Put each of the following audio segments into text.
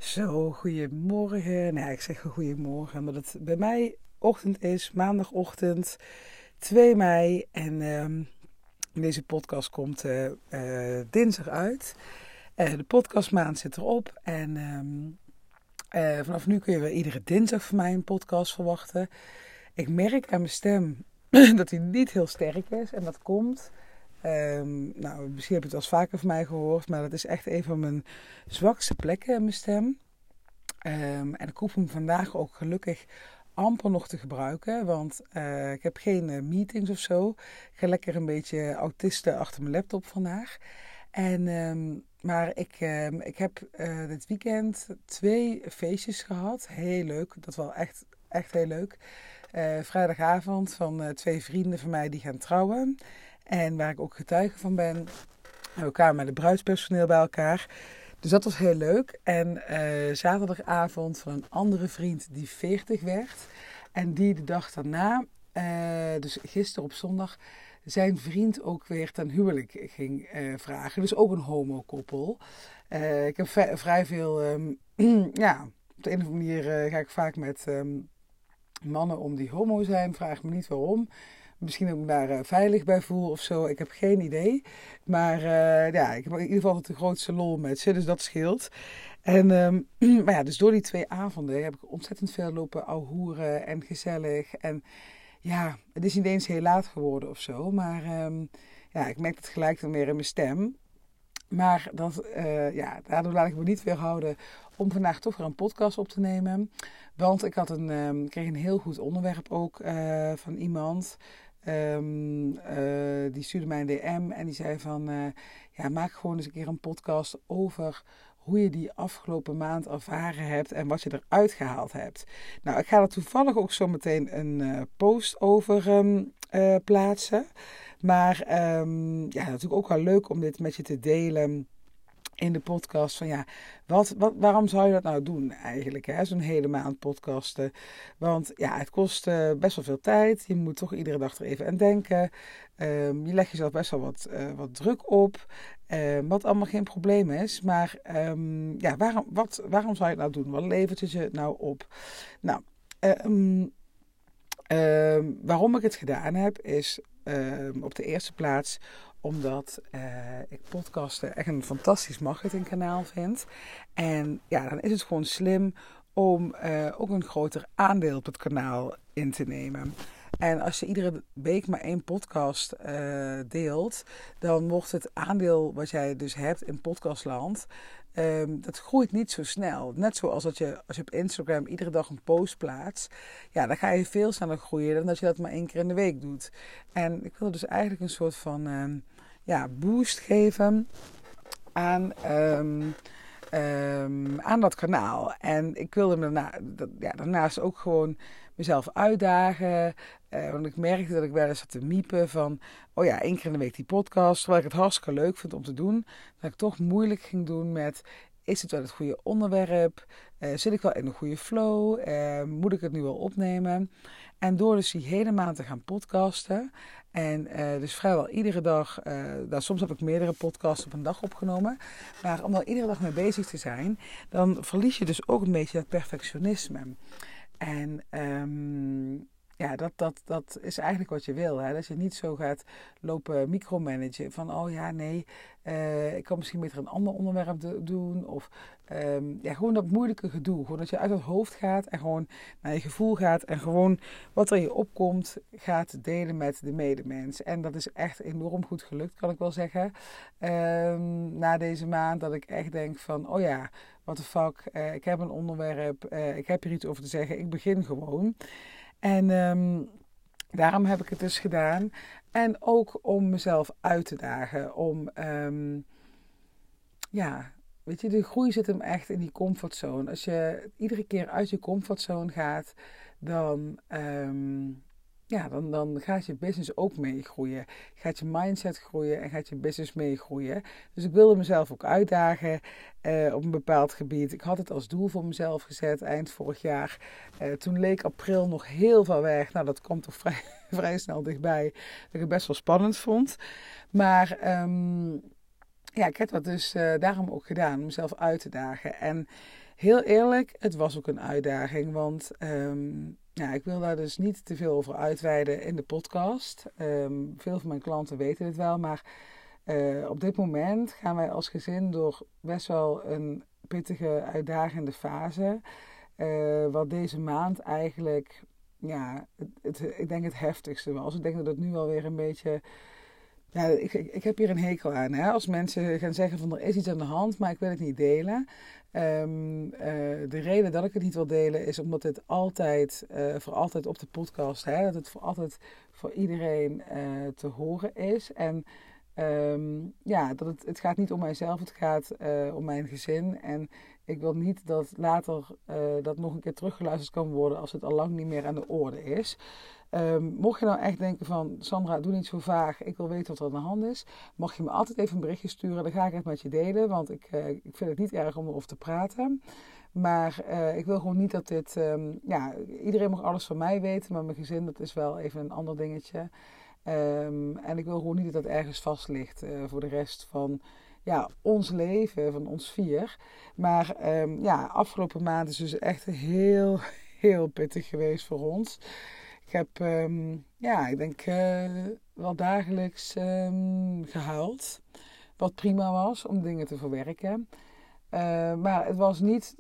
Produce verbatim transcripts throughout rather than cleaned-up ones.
Zo, goedemorgen. Nou, ik zeg goedemorgen, omdat het bij mij ochtend is, maandagochtend, twee mei. En ehm, deze podcast komt eh, eh, dinsdag uit. Eh, de podcastmaand zit erop. En ehm, eh, vanaf nu kun je weer iedere dinsdag van mij een podcast verwachten. Ik merk aan mijn stem dat hij niet heel sterk is. En dat komt... Um, nou, misschien heb je het wel eens vaker van mij gehoord, maar dat is echt een van mijn zwakste plekken in mijn stem. Um, en ik hoef hem vandaag ook gelukkig amper nog te gebruiken, want uh, ik heb geen uh, meetings of zo. Ik ga lekker een beetje autisten achter mijn laptop vandaag. En, um, maar ik, um, ik heb uh, dit weekend twee feestjes gehad. Heel leuk, dat was echt, echt heel leuk. Uh, vrijdagavond van uh, twee vrienden van mij die gaan trouwen. En waar ik ook getuige van ben. En we kwamen met het bruidspersoneel bij elkaar. Dus dat was heel leuk. En uh, zaterdagavond van een andere vriend die veertig werd. En die de dag daarna, uh, dus gisteren op zondag, zijn vriend ook weer ten huwelijk ging uh, vragen. Dus ook een homokoppel. Uh, ik heb v- vrij veel, um, ja, op de een of andere manier uh, ga ik vaak met um, mannen om die homo zijn. Vraag me niet waarom. Misschien ook daar uh, veilig bij voel of zo. Ik heb geen idee. Maar uh, ja, ik heb in ieder geval de grootste lol met ze. Dus dat scheelt. En, um, maar ja, dus door die twee avonden heb ik ontzettend veel lopen ouwehoeren en gezellig. En ja, het is niet eens heel laat geworden of zo. Maar um, ja, ik merk het gelijk dan weer in mijn stem. Maar dat, uh, ja, daardoor laat ik me niet weerhouden om vandaag toch weer een podcast op te nemen. Want ik had een, um, kreeg een heel goed onderwerp ook uh, van iemand. Um, uh, die stuurde mij een D M en die zei van... Uh, ja, maak gewoon eens een keer een podcast over hoe je die afgelopen maand ervaren hebt en wat je eruit gehaald hebt. Nou, ik ga er toevallig ook zo meteen een uh, post over um, uh, plaatsen. Maar um, ja, natuurlijk ook wel leuk om dit met je te delen in de podcast. Van ja, wat, wat, waarom zou je dat nou doen eigenlijk? Hè? Zo'n hele maand podcasten. Want ja, het kost uh, best wel veel tijd. Je moet toch iedere dag er even aan denken. Um, je legt jezelf best wel wat, uh, wat druk op. Um, wat allemaal geen probleem is. Maar um, ja, waarom, wat, waarom zou je het nou doen? Wat levert het je nou op? Nou, um, um, waarom ik het gedaan heb is um, op de eerste plaats omdat uh, ik podcasten echt een fantastisch marketingkanaal vind. En ja, dan is het gewoon slim om uh, ook een groter aandeel op het kanaal in te nemen. En als je iedere week maar één podcast uh, deelt, dan wordt het aandeel wat jij dus hebt in podcastland, um, dat groeit niet zo snel. Net zoals dat je, als je op Instagram iedere dag een post plaatst, ja, dan ga je veel sneller groeien dan dat je dat maar één keer in de week doet. En ik wil dus eigenlijk een soort van um, ja, boost geven aan... Um, Um, aan dat kanaal. En ik wilde daarna, dat, ja, daarnaast ook gewoon mezelf uitdagen. Uh, want ik merkte dat ik wel eens zat te miepen van... oh ja, één keer in de week die podcast. Terwijl ik het hartstikke leuk vind om te doen. Dat ik toch moeilijk ging doen met... is het wel het goede onderwerp? Uh, zit ik wel in een goede flow? Uh, moet ik het nu wel opnemen? En door dus die hele maand te gaan podcasten... En uh, dus vrijwel iedere dag, uh, nou, soms heb ik meerdere podcasts op een dag opgenomen. Maar om er iedere dag mee bezig te zijn, dan verlies je dus ook een beetje dat perfectionisme. En um, ja, dat, dat, dat is eigenlijk wat je wil. Hè? Dat je niet zo gaat lopen micromanagen van, oh ja, nee, uh, ik kan misschien beter een ander onderwerp do- doen. Of um, ja, gewoon dat moeilijke gedoe. Gewoon dat je uit het hoofd gaat en gewoon naar je gevoel gaat. En gewoon wat er in je opkomt gaat delen met de medemens. En dat is echt enorm goed gelukt, kan ik wel zeggen. Um, na deze maand dat ik echt denk van, oh ja, what the fuck. Uh, ik heb een onderwerp, uh, ik heb hier iets over te zeggen. Ik begin gewoon. En um, daarom heb ik het dus gedaan. En ook om mezelf uit te dagen. Om, um, ja, weet je, de groei zit hem echt in die comfortzone. Als je iedere keer uit je comfortzone gaat, dan, um, ja, dan, dan gaat je business ook meegroeien. Gaat je mindset groeien en gaat je business meegroeien. Dus ik wilde mezelf ook uitdagen uh, op een bepaald gebied. Ik had het als doel voor mezelf gezet eind vorig jaar. Uh, toen leek april nog heel ver weg. Nou, dat komt toch vrij, vrij snel dichtbij. Dat ik het best wel spannend vond. Maar... Um, ja, ik heb dat dus uh, daarom ook gedaan, om mezelf uit te dagen. En heel eerlijk, het was ook een uitdaging, want um, ja, ik wil daar dus niet te veel over uitweiden in de podcast. Um, veel van mijn klanten weten het wel, maar uh, op dit moment gaan wij als gezin door best wel een pittige, uitdagende fase. Uh, wat deze maand eigenlijk, ja, het, het, ik denk het heftigste was. Ik denk dat het nu alweer een beetje... Ja, ik, ik, ik heb hier een hekel aan. Hè? Als mensen gaan zeggen van er is iets aan de hand, maar ik wil het niet delen. Um, uh, de reden dat ik het niet wil delen is omdat het altijd, uh, voor altijd op de podcast, hè, dat het voor altijd voor iedereen uh, te horen is. En um, ja, dat het, het gaat niet om mijzelf, het gaat uh, om mijn gezin. En ik wil niet dat later uh, dat nog een keer teruggeluisterd kan worden als het al lang niet meer aan de orde is. Um, mocht je nou echt denken van, Sandra, doe niet zo vaag, ik wil weten wat er aan de hand is, mag je me altijd even een berichtje sturen, dan ga ik het met je delen, want ik, uh, ik vind het niet erg om erover te praten. Maar uh, ik wil gewoon niet dat dit, um, ja, iedereen mag alles van mij weten, maar mijn gezin, dat is wel even een ander dingetje. Um, en ik wil gewoon niet dat dat ergens vast ligt uh, voor de rest van... Ja, ons leven, van ons vier. Maar um, ja, afgelopen maand is dus echt heel, heel pittig geweest voor ons. Ik heb, um, ja, ik denk uh, wel dagelijks um, gehuild. Wat prima was om dingen te verwerken. Uh, maar het was niet,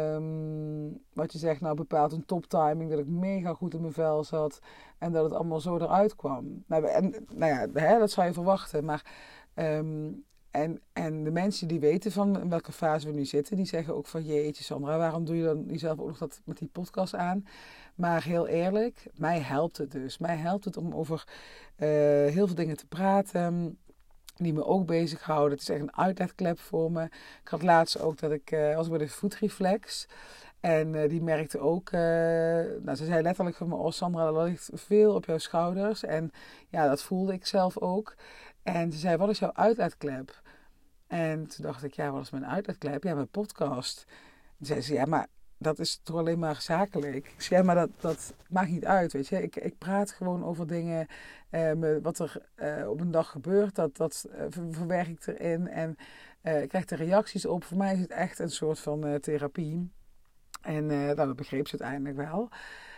um, wat je zegt, nou bepaald een toptiming. Dat ik mega goed in mijn vel zat. En dat het allemaal zo eruit kwam. Nou, en, nou ja, hè, dat zou je verwachten. Maar... Um, En, en de mensen die weten van in welke fase we nu zitten, die zeggen ook van jeetje Sandra, waarom doe je dan jezelf ook nog dat met die podcast aan? Maar heel eerlijk, mij helpt het dus. Mij helpt het om over uh, heel veel dingen te praten die me ook bezighouden. Het is echt een uitlaatklep voor me. Ik had laatst ook dat ik, uh, was bij de voetreflex. En uh, die merkte ook, uh, nou ze zei letterlijk van me, oh Sandra, er ligt veel op jouw schouders. En ja, dat voelde ik zelf ook. En ze zei, wat is jouw uitlaatklep? En toen dacht ik, ja, wat is mijn uitlaatklep? Ja, mijn podcast. En zei ze, ja, maar dat is toch alleen maar zakelijk? Ik zei, ja, maar dat, dat maakt niet uit, weet je. Ik, ik praat gewoon over dingen, uh, wat er uh, op een dag gebeurt, dat, dat uh, verwerk ik erin. En uh, ik krijg er reacties op. Voor mij is het echt een soort van uh, therapie. En uh, nou, dat begreep ze uiteindelijk wel.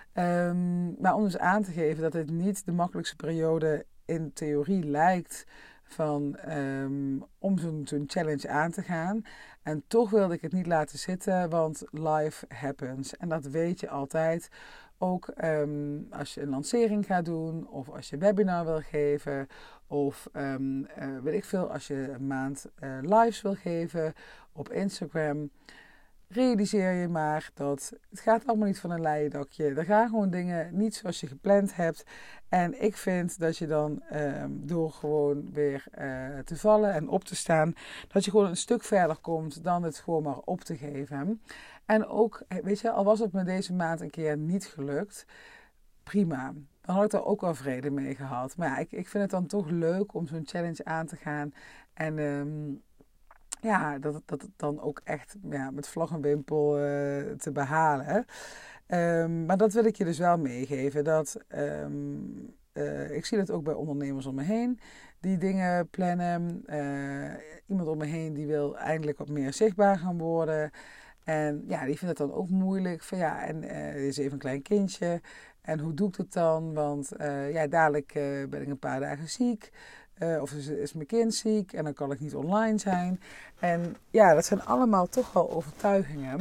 Um, maar om dus aan te geven dat het niet de makkelijkste periode in theorie lijkt van, um, om zo'n, zo'n challenge aan te gaan. En toch wilde ik het niet laten zitten, want life happens. En dat weet je altijd. Ook um, als je een lancering gaat doen, of als je een webinar wil geven, of um, uh, weet ik veel, als je een maand uh, lives wil geven op Instagram. Realiseer je maar dat het gaat allemaal niet van een leien dakje. Er gaan gewoon dingen niet zoals je gepland hebt. En ik vind dat je dan um, door gewoon weer uh, te vallen en op te staan, dat je gewoon een stuk verder komt dan het gewoon maar op te geven. En ook, weet je, al was het me deze maand een keer niet gelukt, prima. Dan had ik er ook wel vrede mee gehad. Maar ja, ik, ik vind het dan toch leuk om zo'n challenge aan te gaan. En... Um, Ja, dat, dat het dan ook echt ja, met vlag en wimpel uh, te behalen. Um, maar dat wil ik je dus wel meegeven. Dat, um, uh, ik zie dat ook bij ondernemers om me heen. Die dingen plannen. Uh, iemand om me heen die wil eindelijk wat meer zichtbaar gaan worden. En ja, die vindt het dan ook moeilijk. Van ja, en uh, er is even een klein kindje. En hoe doe ik het dan? Want uh, ja, dadelijk uh, ben ik een paar dagen ziek. Uh, of is, is mijn kind ziek en dan kan ik niet online zijn. En ja, dat zijn allemaal toch wel overtuigingen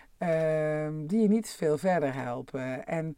uh, die je niet veel verder helpen. En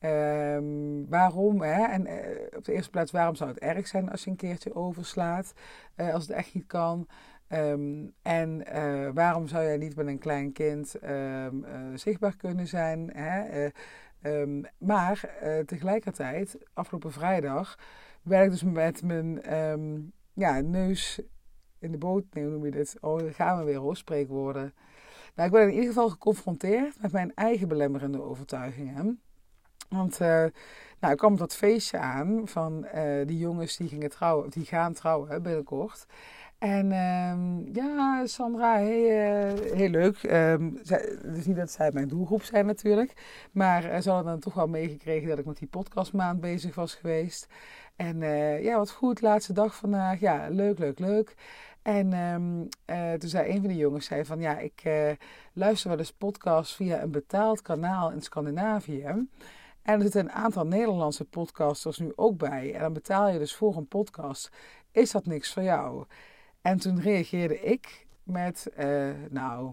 uh, waarom, hè? En uh, op de eerste plaats, waarom zou het erg zijn als je een keertje overslaat, uh, als het echt niet kan? Um, en uh, waarom zou jij niet met een klein kind uh, uh, zichtbaar kunnen zijn? Hè? Uh, um, maar uh, tegelijkertijd, afgelopen vrijdag, werd ik dus met mijn um, ja, neus in de boot, nee, hoe noem je dit? Oh, daar gaan we weer hoor, spreekwoorden. Nou, ik ben in ieder geval geconfronteerd met mijn eigen belemmerende overtuigingen. Want uh, nou, ik kwam op dat feestje aan van uh, die jongens die, gingen trouwen, die gaan trouwen binnenkort. En um, ja, Sandra, hey, uh, heel leuk. Um, zij, dus niet dat zij mijn doelgroep zijn natuurlijk. Maar uh, ze hadden dan toch wel meegekregen dat ik met die podcastmaand bezig was geweest. En uh, ja, wat goed, laatste dag vandaag. Ja, leuk, leuk, leuk. En um, uh, toen zei een van de jongens zei van ja, ik uh, luister wel eens podcasts via een betaald kanaal in Scandinavië. En er zitten een aantal Nederlandse podcasters nu ook bij. En dan betaal je dus voor een podcast. Is dat niks voor jou? En toen reageerde ik met, uh, nou,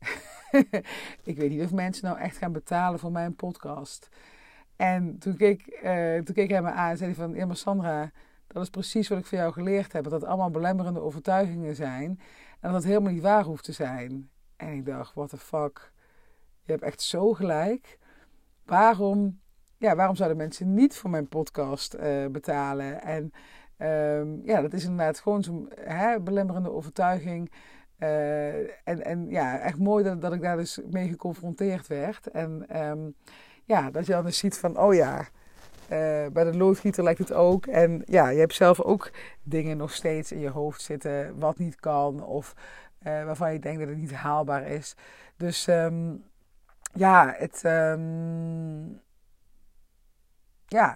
ik weet niet of mensen nou echt gaan betalen voor mijn podcast. En toen keek, uh, toen keek hij me aan en zei hij van, ja maar Sandra, dat is precies wat ik van jou geleerd heb. Dat het allemaal belemmerende overtuigingen zijn. En dat het helemaal niet waar hoeft te zijn. En ik dacht, what the fuck. Je hebt echt zo gelijk. Waarom, ja, waarom zouden mensen niet voor mijn podcast uh, betalen? En um, ja, dat is inderdaad gewoon zo'n hè, belemmerende overtuiging. Uh, en, en ja, echt mooi dat, dat ik daar dus mee geconfronteerd werd. En um, ja, dat je dan dus ziet van, oh ja, uh, bij de loodgieter lijkt het ook. En ja, je hebt zelf ook dingen nog steeds in je hoofd zitten wat niet kan. Of uh, waarvan je denkt dat het niet haalbaar is. Dus um, ja, het... Um, ja...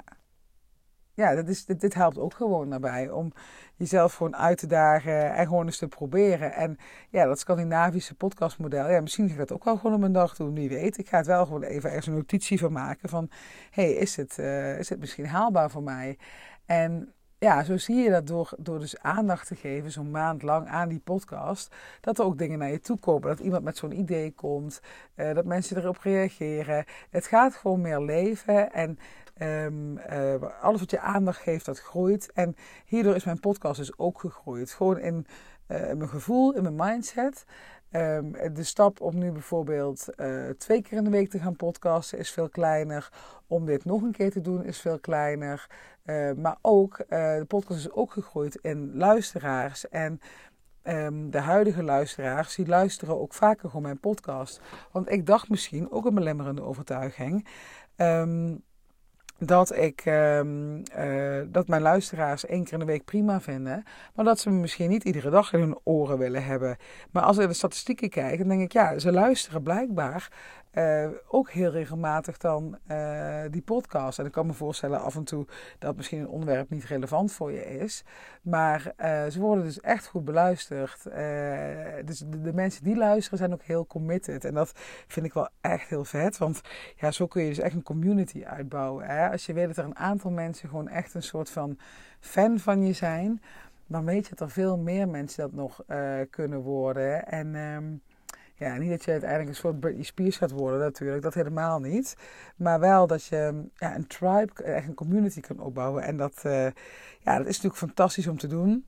Ja, dat is, dit, dit helpt ook gewoon daarbij om jezelf gewoon uit te dagen en gewoon eens te proberen. En ja, dat Scandinavische podcastmodel, ja, misschien ga ik dat ook wel gewoon op een dag doen, wie weet. Ik ga het wel gewoon even ergens een notitie van maken van, hé, hey, is, het, uh, is het misschien haalbaar voor mij? En ja, zo zie je dat door, door dus aandacht te geven, zo'n maand lang aan die podcast, dat er ook dingen naar je toe komen. Dat iemand met zo'n idee komt, uh, dat mensen erop reageren. Het gaat gewoon meer leven en... Um, uh, alles wat je aandacht geeft, dat groeit. En hierdoor is mijn podcast dus ook gegroeid. Gewoon in uh, mijn gevoel, in mijn mindset. Um, de stap om nu bijvoorbeeld uh, twee keer in de week te gaan podcasten is veel kleiner. Om dit nog een keer te doen is veel kleiner. Uh, maar ook, uh, de podcast is ook gegroeid in luisteraars. En um, de huidige luisteraars, die luisteren ook vaker gewoon mijn podcast. Want ik dacht misschien, ook een belemmerende overtuiging... Um, Dat, ik, uh, uh, dat mijn luisteraars één keer in de week prima vinden. Maar dat ze me misschien niet iedere dag in hun oren willen hebben. Maar als ik naar de statistieken kijk, dan denk ik, ja, ze luisteren blijkbaar uh, ook heel regelmatig dan uh, die podcast. En ik kan me voorstellen af en toe dat misschien een onderwerp niet relevant voor je is. Maar uh, ze worden dus echt goed beluisterd. Uh, dus de, de mensen die luisteren zijn ook heel committed. En dat vind ik wel echt heel vet. Want ja, zo kun je dus echt een community uitbouwen. Hè? Als je weet dat er een aantal mensen gewoon echt een soort van fan van je zijn, dan weet je dat er veel meer mensen dat nog uh, kunnen worden. En um, ja, niet dat je uiteindelijk een soort Britney Spears gaat worden natuurlijk, dat helemaal niet. Maar wel dat je ja, een tribe, echt een community kan opbouwen. En dat, uh, ja, dat is natuurlijk fantastisch om te doen.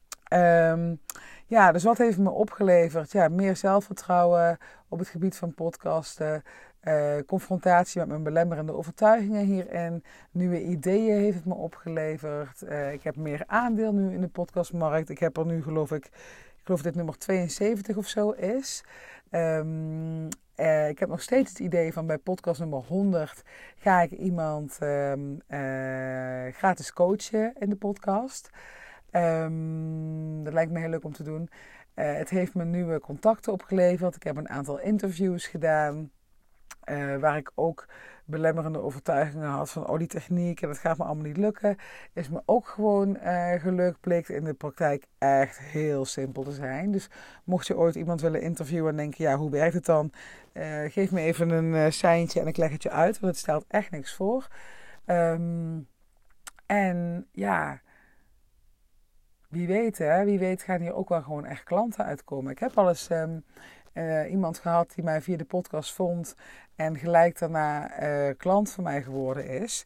Um, ja, dus wat heeft me opgeleverd? Ja, meer zelfvertrouwen op het gebied van podcasten. Uh, confrontatie met mijn belemmerende overtuigingen hierin. Nieuwe ideeën heeft het me opgeleverd. Uh, ik heb meer aandeel nu in de podcastmarkt. Ik heb er nu geloof ik, ik geloof dat dit nummer tweeënzeventig of zo is. Um, uh, ik heb nog steeds het idee van bij podcast nummer honderd ga ik iemand um, uh, gratis coachen in de podcast. Um, dat lijkt me heel leuk om te doen. Uh, het heeft me nieuwe contacten opgeleverd. Ik heb een aantal interviews gedaan. Uh, waar ik ook belemmerende overtuigingen had van oh die techniek en dat gaat me allemaal niet lukken. Is me ook gewoon uh, gelukt. Bleek in de praktijk echt heel simpel te zijn. Dus mocht je ooit iemand willen interviewen en denken ja hoe werkt het dan? Uh, geef me even een uh, seintje en ik leg het je uit. Want het stelt echt niks voor. Um, en ja... Wie weet, hè? Wie weet gaan hier ook wel gewoon echt klanten uitkomen. Ik heb al eens um, uh, iemand gehad die mij via de podcast vond en gelijk daarna uh, klant van mij geworden is.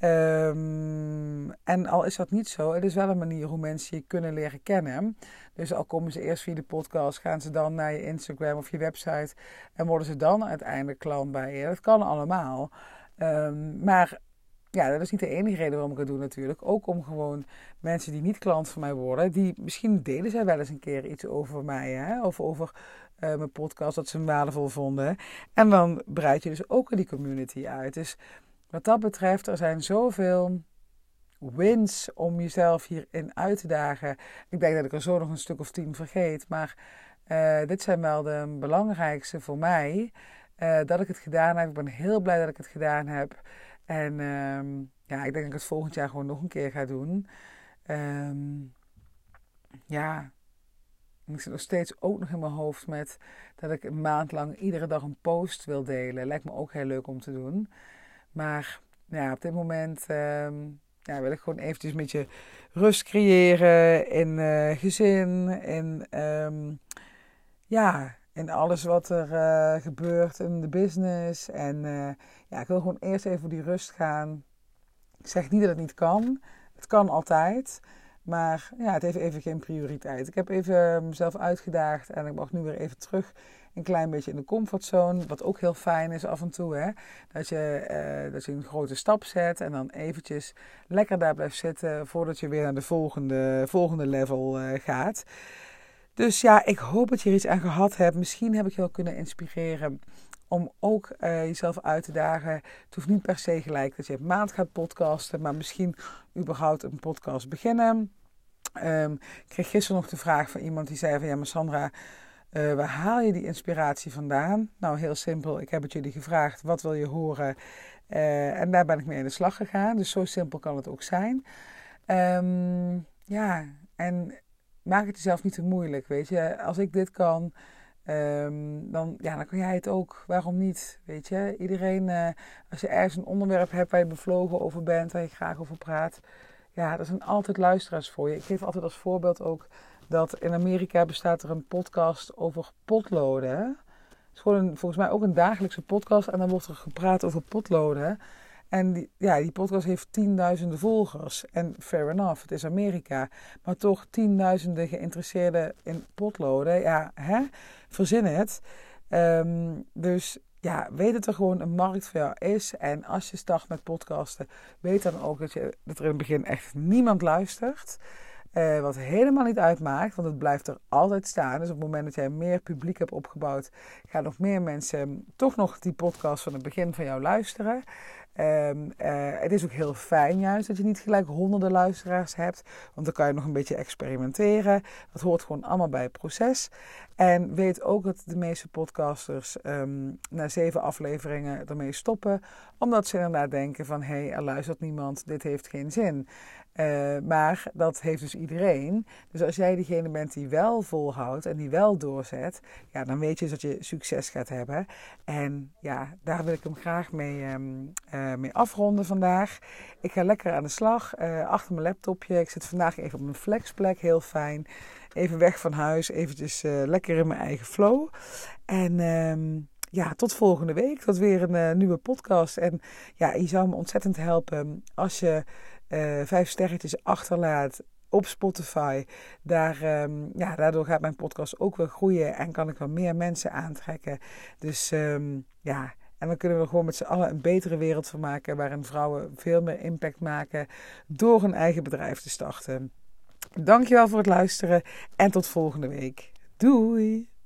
Um, en al is dat niet zo, het is wel een manier hoe mensen je kunnen leren kennen. Dus al komen ze eerst via de podcast, gaan ze dan naar je Instagram of je website en worden ze dan uiteindelijk klant bij je. Dat kan allemaal. Um, maar... Ja, dat is niet de enige reden waarom ik het doe natuurlijk. Ook om gewoon mensen die niet klant van mij worden, die misschien delen zij wel eens een keer iets over mij, hè? Of over uh, mijn podcast, dat ze hem waardevol vonden. En dan breid je dus ook die community uit. Dus wat dat betreft, er zijn zoveel wins om jezelf hierin uit te dagen. Ik denk dat ik er zo nog een stuk of tien vergeet, maar uh, dit zijn wel de belangrijkste voor mij. Uh, dat ik het gedaan heb. Ik ben heel blij dat ik het gedaan heb. En um, ja, ik denk dat ik het volgend jaar gewoon nog een keer ga doen. Um, ja, ik zit nog steeds ook nog in mijn hoofd met dat ik een maand lang iedere dag een post wil delen. Lijkt me ook heel leuk om te doen. Maar ja, op dit moment uh, ja, wil ik gewoon eventjes een beetje rust creëren in uh, gezin. In, um, ja, in alles wat er uh, gebeurt in de business. En uh, ja, ik wil gewoon eerst even voor die rust gaan. Ik zeg niet dat het niet kan. Het kan altijd. Maar ja, het heeft even geen prioriteit. Ik heb even mezelf uitgedaagd en ik mag nu weer even terug een klein beetje in de comfortzone. Wat ook heel fijn is af en toe. Hè? Dat, je, uh, dat je een grote stap zet en dan eventjes lekker daar blijft zitten voordat je weer naar de volgende, volgende level uh, gaat. Dus ja, ik hoop dat je er iets aan gehad hebt. Misschien heb ik je wel kunnen inspireren om ook uh, jezelf uit te dagen. Het hoeft niet per se gelijk dat je een maand gaat podcasten, maar misschien überhaupt een podcast beginnen. Um, ik kreeg gisteren nog de vraag van iemand die zei van ja, maar Sandra, uh, waar haal je die inspiratie vandaan? Nou, heel simpel. Ik heb het jullie gevraagd, wat wil je horen? Uh, en daar ben ik mee aan de slag gegaan. Dus zo simpel kan het ook zijn. Um, ja, en maak het jezelf niet te moeilijk, weet je. Als ik dit kan, um, dan, ja, dan kan jij het ook. Waarom niet, weet je. Iedereen, uh, als je ergens een onderwerp hebt waar je bevlogen over bent, waar je graag over praat, ja, er zijn altijd luisteraars voor je. Ik geef altijd als voorbeeld ook dat in Amerika bestaat er een podcast over potloden. Het is gewoon een, volgens mij ook een dagelijkse podcast en dan wordt er gepraat over potloden. En die, ja, die podcast heeft tienduizenden volgers. En fair enough, het is Amerika. Maar toch tienduizenden geïnteresseerden in potloden. Ja, hè? Verzin het. Um, dus ja, weet dat er gewoon een markt voor jou is. En als je start met podcasten, weet dan ook dat, je, dat er in het begin echt niemand luistert. Uh, wat helemaal niet uitmaakt, want het blijft er altijd staan. Dus op het moment dat jij meer publiek hebt opgebouwd, gaan nog meer mensen toch nog die podcast van het begin van jou luisteren. Um, uh, het is ook heel fijn juist dat je niet gelijk honderden luisteraars hebt. Want dan kan je nog een beetje experimenteren. Dat hoort gewoon allemaal bij het proces. En weet ook dat de meeste podcasters um, na zeven afleveringen ermee stoppen. Omdat ze inderdaad denken van, hé, hey, er luistert niemand, dit heeft geen zin. Uh, maar dat heeft dus iedereen. Dus als jij degene bent die wel volhoudt en die wel doorzet, ja, dan weet je dat je succes gaat hebben. En ja, daar wil ik hem graag mee, um, uh, mee afronden vandaag. Ik ga lekker aan de slag, uh, achter mijn laptopje. Ik zit vandaag even op mijn flexplek, heel fijn. Even weg van huis, eventjes uh, lekker in mijn eigen flow. En um, ja, tot volgende week. Tot weer een uh, nieuwe podcast. En ja, je zou me ontzettend helpen als je Uh, vijf sterretjes achterlaat op Spotify. Daar, um, ja, daardoor gaat mijn podcast ook weer groeien en kan ik wel meer mensen aantrekken. Dus um, ja, en dan kunnen we er gewoon met z'n allen een betere wereld van maken, waarin vrouwen veel meer impact maken door een eigen bedrijf te starten. Dankjewel voor het luisteren en tot volgende week. Doei!